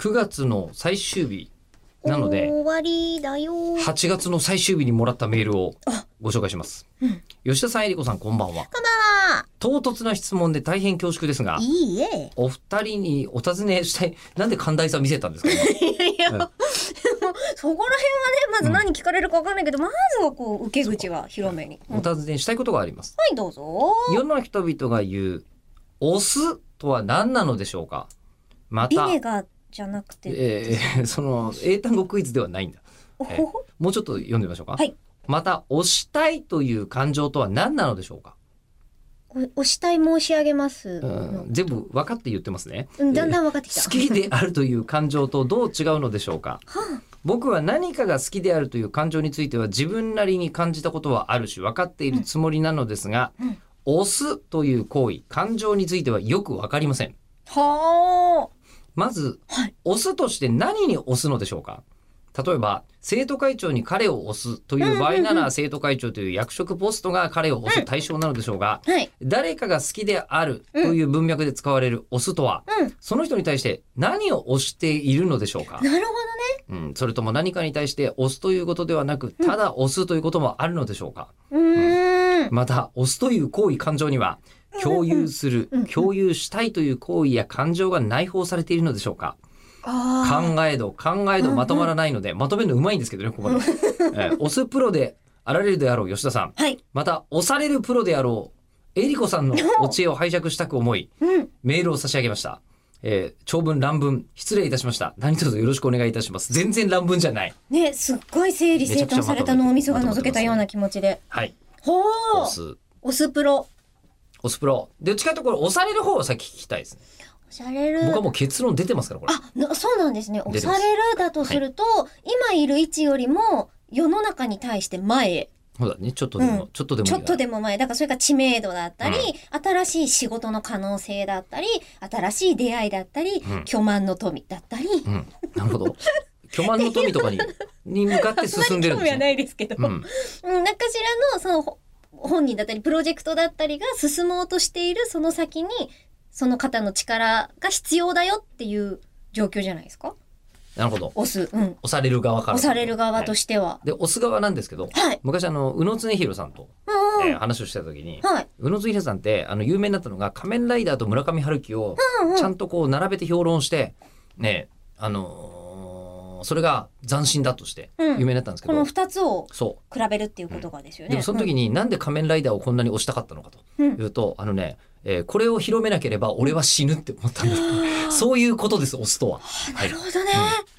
9月の最終日なので終わりだよ。 8月の最終日にもらったメールをご紹介します、吉田さん、えりこさん、こんばんは。 こんばんは。 唐突な質問で大変恐縮ですが、 いいえ。 お二人にお尋ねしたい。なんで寛大さ見せたんですか、 いやいや、そこら辺はね、まず何聞かれるか分かんないけど、まずはこう受け口は広めに、 お尋ねしたいことがあります、 はい、どうぞ。 世の人々が言うお酢とは何なのでしょうか。またビネガーじゃなくて、 その英単語クイズではないんだ、 おほほ。 もうちょっと読んでみましょうか。 はい。 また推したいという感情とは何なのでしょうか。 お慕い申し上げます。 全部分かって言ってますね、 だんだん分かってきた。 好きであるという感情とどう違うのでしょうか。僕は何かが好きであるという感情については自分なりに感じたことはあるし分かっているつもりなのですが、推すという行為、感情についてはよく分かりません。 はあ。 まず、推すとして何に推すのでしょうか。例えば生徒会長に彼を推すという場合なら、生徒会長という役職ポストが彼を推す対象なのでしょうが、誰かが好きであるという文脈で使われる推すとは、その人に対して何を推しているのでしょうか。 なるほどね。 それとも何かに対して推すということではなく、ただ推すということもあるのでしょうか。また推すという行為、感情には共有する、共有したいという行為や感情が内包されているのでしょうか。考えどまとまらないので、まとめるのうまいんですけどね、ここまで、推すプロであられるであろう吉田さん、また推されるプロであろうえりこさんのお知恵を拝借したく思い、メールを差し上げました。長文乱文失礼いたしました。何卒よろしくお願いいたします。全然乱文じゃないね、すっごい整理整頓された脳みそが覗けたような気持ちで、ほー、推すプロで、どっちかというとこれ推される方を先聞きたいですね。 推される、 僕はもう結論出てますから、これ。 そうなんですね。推されるだとすると、今いる位置よりも世の中に対して前へ。 そうだね、ちょっとでも前。だからそれが知名度だったり、新しい仕事の可能性だったり、新しい出会いだったり、巨万の富だったり。 なるほど。巨万の富とかに向かって進んでるんですね。 興味はないですけど、何かしらのその本人だったりプロジェクトだったりが進もうとしているその先に、その方の力が必要だよっていう状況じゃないですか。 なるほど。 押される側から。 押される側としては。 で、押す側なんですけど、昔宇野恒弘さんと、話をした時に、宇野恒弘さんって有名になったのが仮面ライダーと村上春樹をちゃんとこう並べて評論して、ね、それが斬新だとして有名になったんですけど、 この2つを比べるっていうことがですよね。 でもその時になんで仮面ライダーをこんなに推したかったのかというと、これを広めなければ俺は死ぬって思ったんだ、そういうことです、推すとは。 なるほどね、